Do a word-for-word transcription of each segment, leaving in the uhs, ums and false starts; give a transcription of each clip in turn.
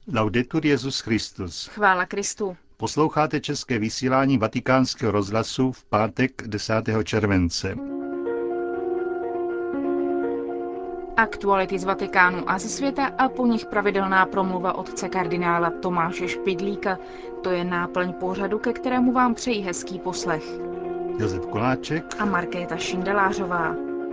Laudetur Jesus Christus. Chvála Kristu. Posloucháte české vysílání Vatikánského rozhlasu v pátek desátého července. Aktuality z Vatikánu a ze světa a po nich pravidelná promluva otce kardinála Tomáše Špidlíka. To je náplň pořadu, ke kterému vám přejí hezký poslech. Josef Koláček a Markéta Šindelářová.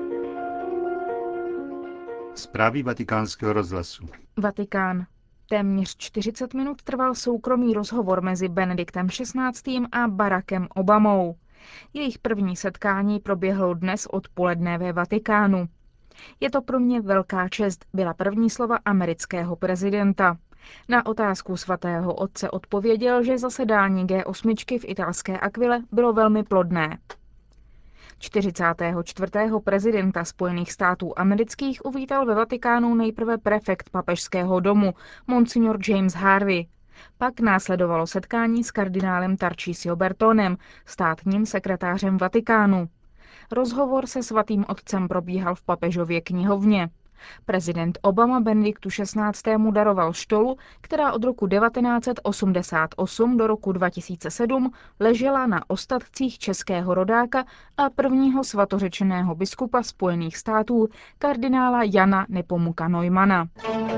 Zprávy Vatikánského rozhlasu. Vatikán. Téměř čtyřicet minut trval soukromý rozhovor mezi Benediktem šestnáctým a Barackem Obamou. Jejich první setkání proběhlo dnes odpoledne ve Vatikánu. Je to pro mě velká čest, byla první slova amerického prezidenta. Na otázku svatého otce odpověděl, že zasedání G osm v italské Aquile bylo velmi plodné. čtyřicátého čtvrtého prezidenta Spojených států amerických uvítal ve Vatikánu nejprve prefekt papežského domu, monsignor James Harvey. Pak následovalo setkání s kardinálem Tarcisio Bertonem, státním sekretářem Vatikánu. Rozhovor se svatým otcem probíhal v papežově knihovně. Prezident Obama Benediktu šestnáctému daroval štolu, která od roku devatenáct set osmdesát osm do roku dva tisíce sedm ležela na ostatcích českého rodáka a prvního svatořečeného biskupa Spojených států, kardinála Jana Nepomuka Neumana.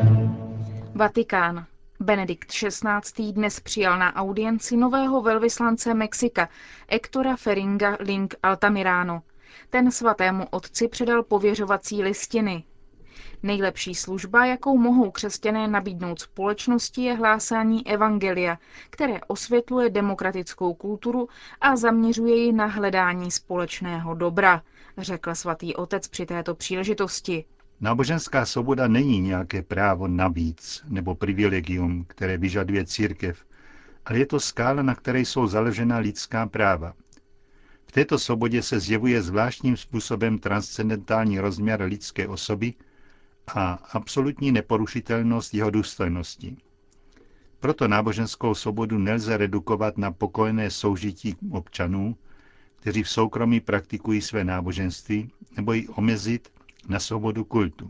Vatikán. Benedikt šestnáctý dnes přijal na audienci nového velvyslance Mexika, Héctora Feringa Link Altamirano. Ten svatému otci předal pověřovací listiny. Nejlepší služba, jakou mohou křesťané nabídnout společnosti, je hlásání evangelia, které osvětluje demokratickou kulturu a zaměřuje ji na hledání společného dobra, řekl svatý otec při této příležitosti. Náboženská svoboda není nějaké právo navíc nebo privilegium, které vyžaduje církev, ale je to skála, na které jsou založena lidská práva. V této svobodě se zjevuje zvláštním způsobem transcendentální rozměr lidské osoby a absolutní neporušitelnost jeho důstojnosti. Proto náboženskou svobodu nelze redukovat na pokojné soužití občanů, kteří v soukromí praktikují své náboženství, nebo ji omezit na svobodu kultu.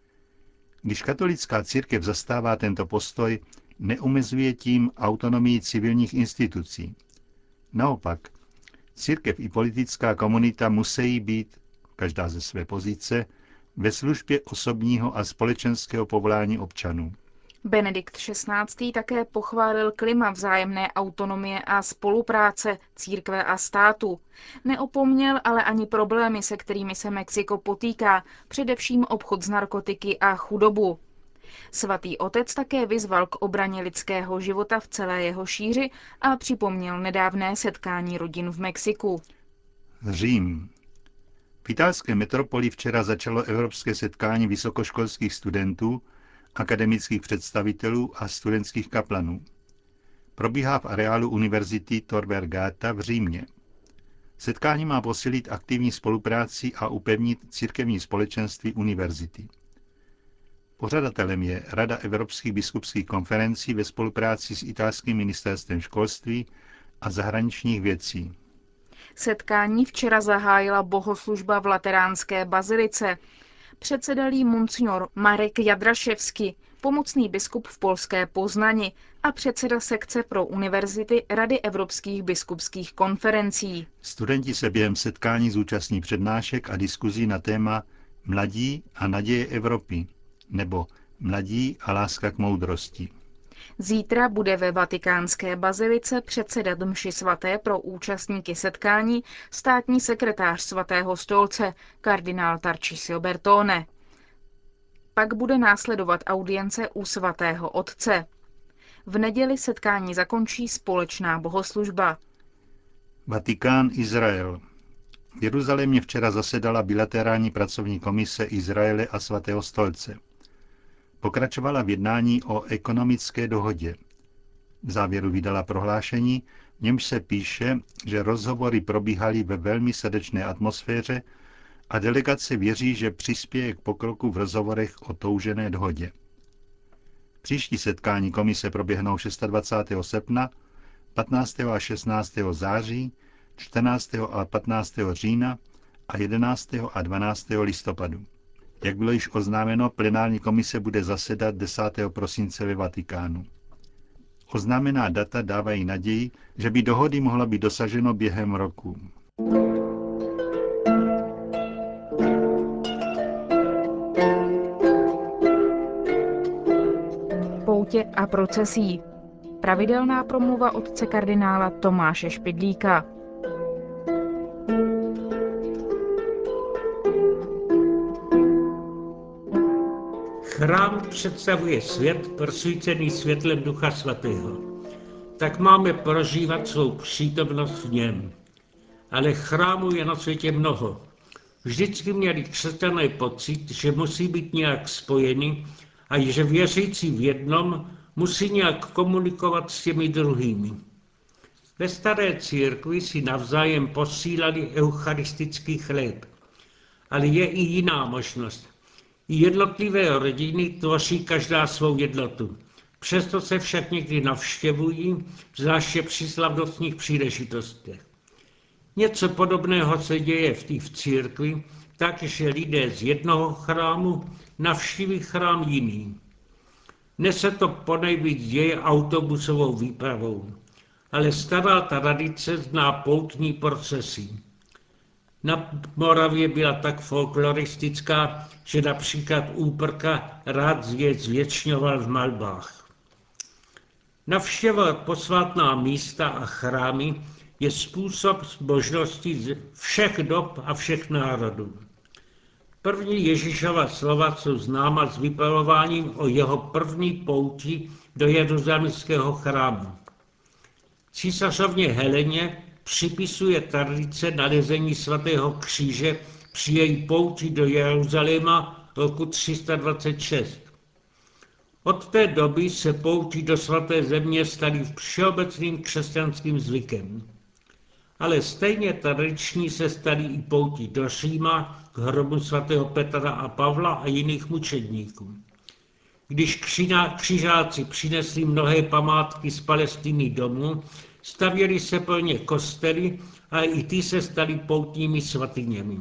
Když katolická církev zastává tento postoj, neomezuje tím autonomii civilních institucí. Naopak, církev i politická komunita musí být, každá ze své pozice, ve službě osobního a společenského povolání občanů. Benedikt šestnáctý také pochválil klima vzájemné autonomie a spolupráce církve a státu. Neopomněl ale ani problémy, se kterými se Mexiko potýká, především obchod s narkotiky a chudobu. Svatý otec také vyzval k obraně lidského života v celé jeho šíři a připomněl nedávné setkání rodin v Mexiku. Řím. V italské metropoli včera začalo evropské setkání vysokoškolských studentů, akademických představitelů a studentských kaplanů. Probíhá v areálu Univerzity Tor Vergata v Římě. Setkání má posílit aktivní spolupráci a upevnit církevní společenství univerzity. Pořadatelem je Rada evropských biskupských konferencí ve spolupráci s italským ministerstvem školství a zahraničních věcí. Setkání včera zahájila bohoslužba v Lateránské bazilice. Předsedal jí monsignor Marek Jadraševský, pomocný biskup v polské Poznani a předseda sekce pro univerzity Rady evropských biskupských konferencí. Studenti se během setkání zúčastní přednášek a diskuzí na téma Mladí a naděje Evropy nebo Mladí a láska k moudrosti. Zítra bude ve Vatikánské bazilice předsedat mši svaté pro účastníky setkání státní sekretář svatého stolce kardinál Tarcisio Bertone. Pak bude následovat audience u svatého otce. V neděli setkání zakončí společná bohoslužba. Vatikán, Izrael. V Jeruzalémě včera zasedala bilaterální pracovní komise Izraele a svatého stolce. Pokračovala v jednání o ekonomické dohodě. V závěru vydala prohlášení, v němž se píše, že rozhovory probíhaly ve velmi srdečné atmosféře a delegace věří, že přispěje k pokroku v rozhovorech o toužené dohodě. Příští setkání komise proběhnou dvacátého šestého srpna, patnáctého a šestnáctého září, čtrnáctého a patnáctého října a jedenáctého a dvanáctého listopadu. Jak bylo již oznámeno, plenární komise bude zasedat desátého prosince ve Vatikánu. Oznámená data dávají naději, že by dohody mohla být dosaženo během roku. Poutě a procesí. Pravidelná promluva otce kardinála Tomáše Špidlíka. Chrám představuje svět prosvícený světlem Ducha Svatého. Tak máme prožívat svou přítomnost v něm. Ale chrámů je na světě mnoho. Vždycky měli křesťané pocit, že musí být nějak spojeni a že věřící v jednom musí nějak komunikovat s těmi druhými. Ve staré církvi si navzájem posílali eucharistický chléb. Ale je i jiná možnost. I jednotlivé rodiny tvoří každá svou jednotu. Přesto se však někdy navštěvují, zvláště při slavnostních příležitostech. Něco podobného se děje v té v církvi, takže lidé z jednoho chrámu navštíví chrám jiný. Dnes se to ponejvíc děje autobusovou výpravou, ale stará tradice zná poutní procesy. Na Moravě byla tak folkloristická, že například Úprka rád zvěd zvětšňoval v malbách. Navštěvovat posvátná místa a chrámy je způsob zbožnosti všech dob a všech národů. První Ježíšova slova jsou známa s vypravováním o jeho první pouti do jeruzalémského chrámu. Císařovně Heleně připisuje tradice nalezení svatého kříže při její pouti do Jeruzaléma roku tři sta dvacet šest. Od té doby se pouti do svaté země staly všeobecným křesťanským zvykem. Ale stejně tradiční se staly i pouti do Říma k hrobu svatého Petra a Pavla a jiných mučedníků. Když křižáci přinesli mnohé památky z Palestiny domů, stavěly se pro ně kostely a i ty se staly poutními svatyněmi.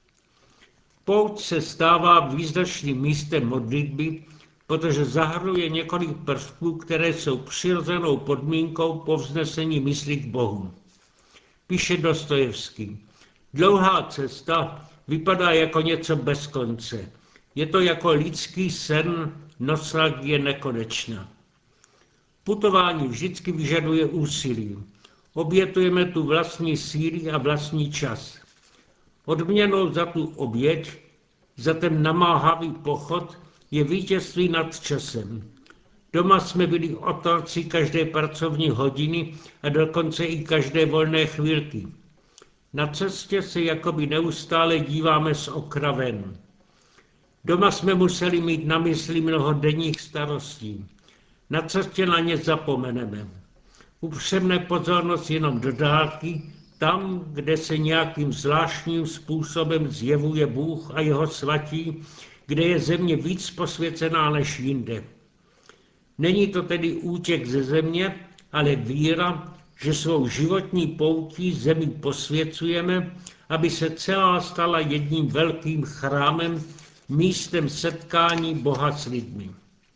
Pouť se stává význačným místem modlitby, protože zahrnuje několik prvků, které jsou přirozenou podmínkou povznesení mysli k Bohu. Píše Dostojevský. Dlouhá cesta vypadá jako něco bez konce. Je to jako lidský sen, nostalgie nekonečná. Putování vždycky vyžaduje úsilí. Obětujeme tu vlastní síly a vlastní čas. Odměnou za tu oběť, za ten namáhavý pochod, je vítězství nad časem. Doma jsme byli otroci každé pracovní hodiny a dokonce i každé volné chvílky. Na cestě se jakoby neustále díváme z okna ven. Doma jsme museli mít na mysli mnoho denních starostí. Na cestě na ně zapomeneme. Upřeme pozornost jenom do dálky, tam, kde se nějakým zvláštním způsobem zjevuje Bůh a jeho svatí, kde je země víc posvěcená než jinde. Není to tedy útěk ze země, ale víra, že svou životní poutí zemi posvěcujeme, aby se celá stala jedním velkým chrámem, místem setkání Boha s lidmi.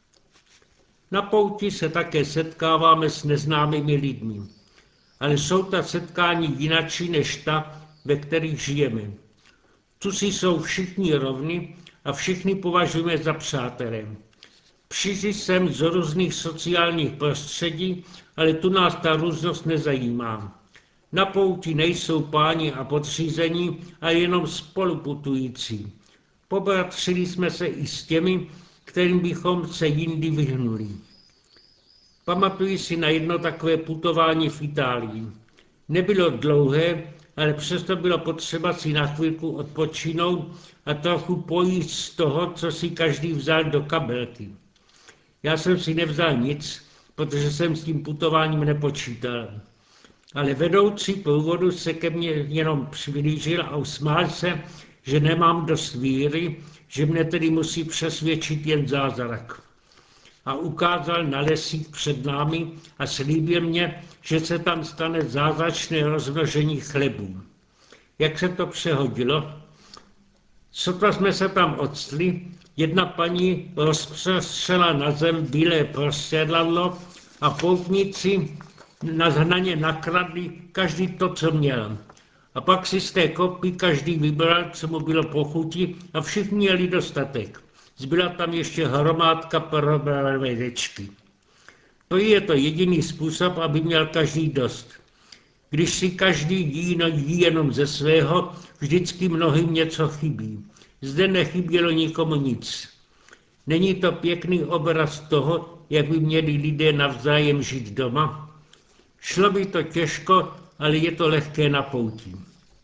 Na pouti se také setkáváme s neznámými lidmi, ale jsou ta setkání jinačí než ta, ve kterých žijeme. Tu si jsou všichni rovni a všichni považujeme za přátelé. Přišli jsem z různých sociálních prostředí, ale tu nás ta různost nezajímá. Na pouti nejsou páni a podřízení, a jenom spoluputující. Pobratřili jsme se i s těmi, kterým bychom se jindy vyhnuli. Pamatuji si na jedno takové putování v Itálii. Nebylo dlouhé, ale přesto bylo potřeba si na chvilku odpočinout a trochu pojíst z toho, co si každý vzal do kabelky. Já jsem si nevzal nic, protože jsem s tím putováním nepočítal. Ale vedoucí průvodu se ke mně jenom přiblížil a usmál se, že nemám dost víry, že mne tedy musí přesvědčit jen zázrak. A ukázal na lesík před námi a slíbil mě, že se tam stane zázračné rozmnožení chlebů. Jak se to přehodilo? Sotva jsme se tam odstli, jedna paní rozpřestřela na zem bílé prostědladlo a poutníci na, na ně nakradli každý to, co měl. A pak si z té kopy každý vybral, co mu bylo po chuti a všichni měli dostatek. Zbyla tam ještě hromádka probrané dečky. To je to jediný způsob, aby měl každý dost. Když si každý jí, no jí jenom ze svého, vždycky mnohým něco chybí. Zde nechybělo nikomu nic. Není to pěkný obraz toho, jak by měli lidé navzájem žít doma? Šlo by to těžko, ale je to lehké na pouti.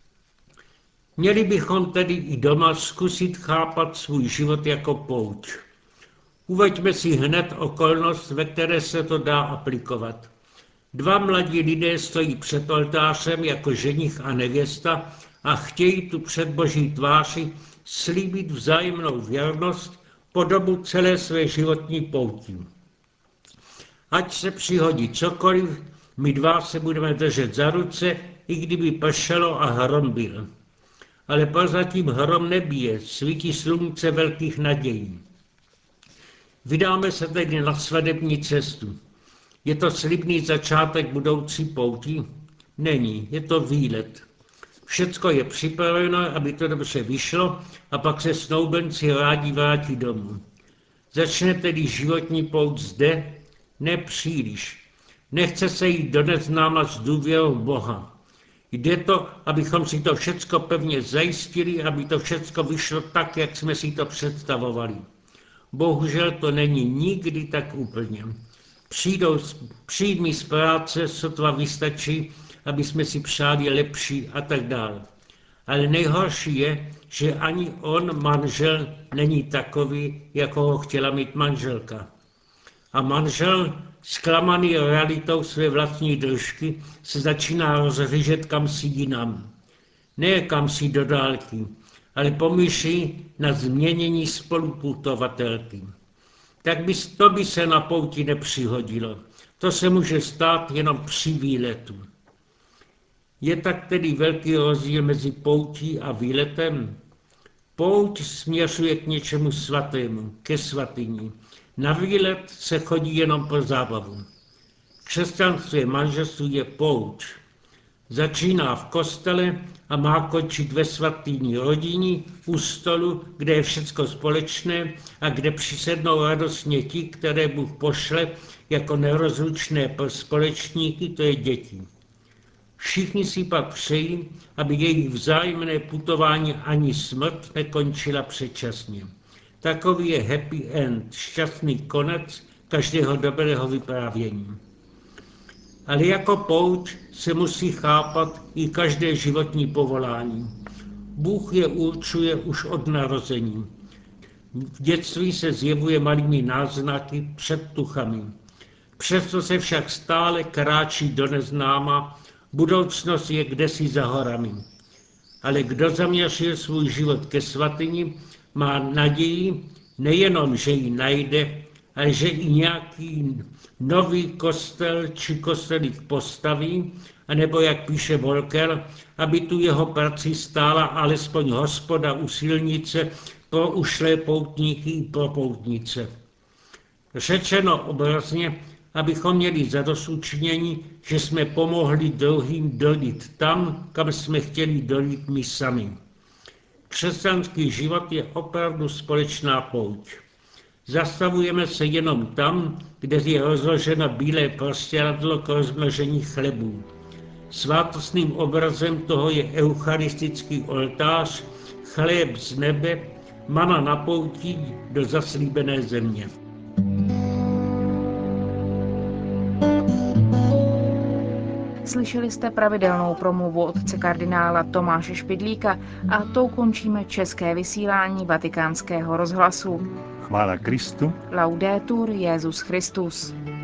Měli bychom tedy i doma zkusit chápat svůj život jako pouť. Uveďme si hned okolnost, ve které se to dá aplikovat. Dva mladí lidé stojí před oltářem jako ženich a nevěsta a chtějí tu před Boží tváři slíbit vzájemnou věrnost po dobu celé své životní pouti. Ať se přihodí cokoliv, my dva se budeme držet za ruce, i kdyby pršelo a hrom byl. Ale prozatím hrom nebije, svítí slunce velkých nadějí. Vydáme se tedy na svatební cestu. Je to slibný začátek budoucí pouti? Není, je to výlet. Všecko je připraveno, aby to dobře vyšlo a pak se snoubenci rádi vrátí domů. Začne tedy životní pouť zde? Nepříliš. Nechce se jít do neznáma s důvěrou Boha. Jde to, abychom si to všecko pevně zajistili, aby to všecko vyšlo tak, jak jsme si to představovali. Bohužel to není nikdy tak úplně. Přijdou příjmy z práce, sotva vystačí, aby jsme si přáli lepší a tak dále. Ale nejhorší je, že ani on, manžel, není takový, jako ho chtěla mít manželka. A manžel, zklamaný realitou své vlastní držky, se začíná rozhlížet kamsi jinam. Ne kamsi do dálky, ale pomýšlí na změnění spoluputovatelky. Tak by, to by se na pouti nepřihodilo. To se může stát jenom při výletu. Je tak tedy velký rozdíl mezi poutí a výletem? Pouť směřuje k něčemu svatému, ke svatyni. Na výlet se chodí jenom pro zábavu. Křesťanství manželství je pouť. Začíná v kostele a má končit ve svatyni rodině, u stolu, kde je všecko společné a kde přisednou radostně ti, které Bůh pošle jako nerozlučné společníky, to je děti. Všichni si pak přejí, aby jejich vzájemné putování ani smrt nekončila předčasně. Takový je happy end, šťastný konec každého dobrého vyprávění. Ale jako pouť se musí chápat i každé životní povolání. Bůh je určuje už od narození. V dětství se zjevuje malými náznaky před tuchami. Přesto se však stále kráčí do neznáma, budoucnost je kdesi za horami. Ale kdo zaměřil svůj život ke svatyni, má naději nejenom, že ji najde, ale že i nějaký nový kostel či kostelík postaví, anebo, jak píše Volker, aby tu jeho prací stála alespoň hospoda u silnice pro ušlé poutníky i pro poutnice. Řečeno obrazně, abychom měli zadostučinění, že jsme pomohli druhým dojít tam, kam jsme chtěli dojít my sami. Křesťanský život je opravdu společná pouť. Zastavujeme se jenom tam, kde je rozloženo bílé prostěradlo k rozmnožení chlebů. Svátostným obrazem toho je eucharistický oltář, chléb z nebe, mana na pouti do zaslíbené země. Slyšeli jste pravidelnou promluvu otce kardinála Tomáše Špidlíka a tou končíme české vysílání Vatikánského rozhlasu. Chvála Kristu. Laudetur Jesus Christus.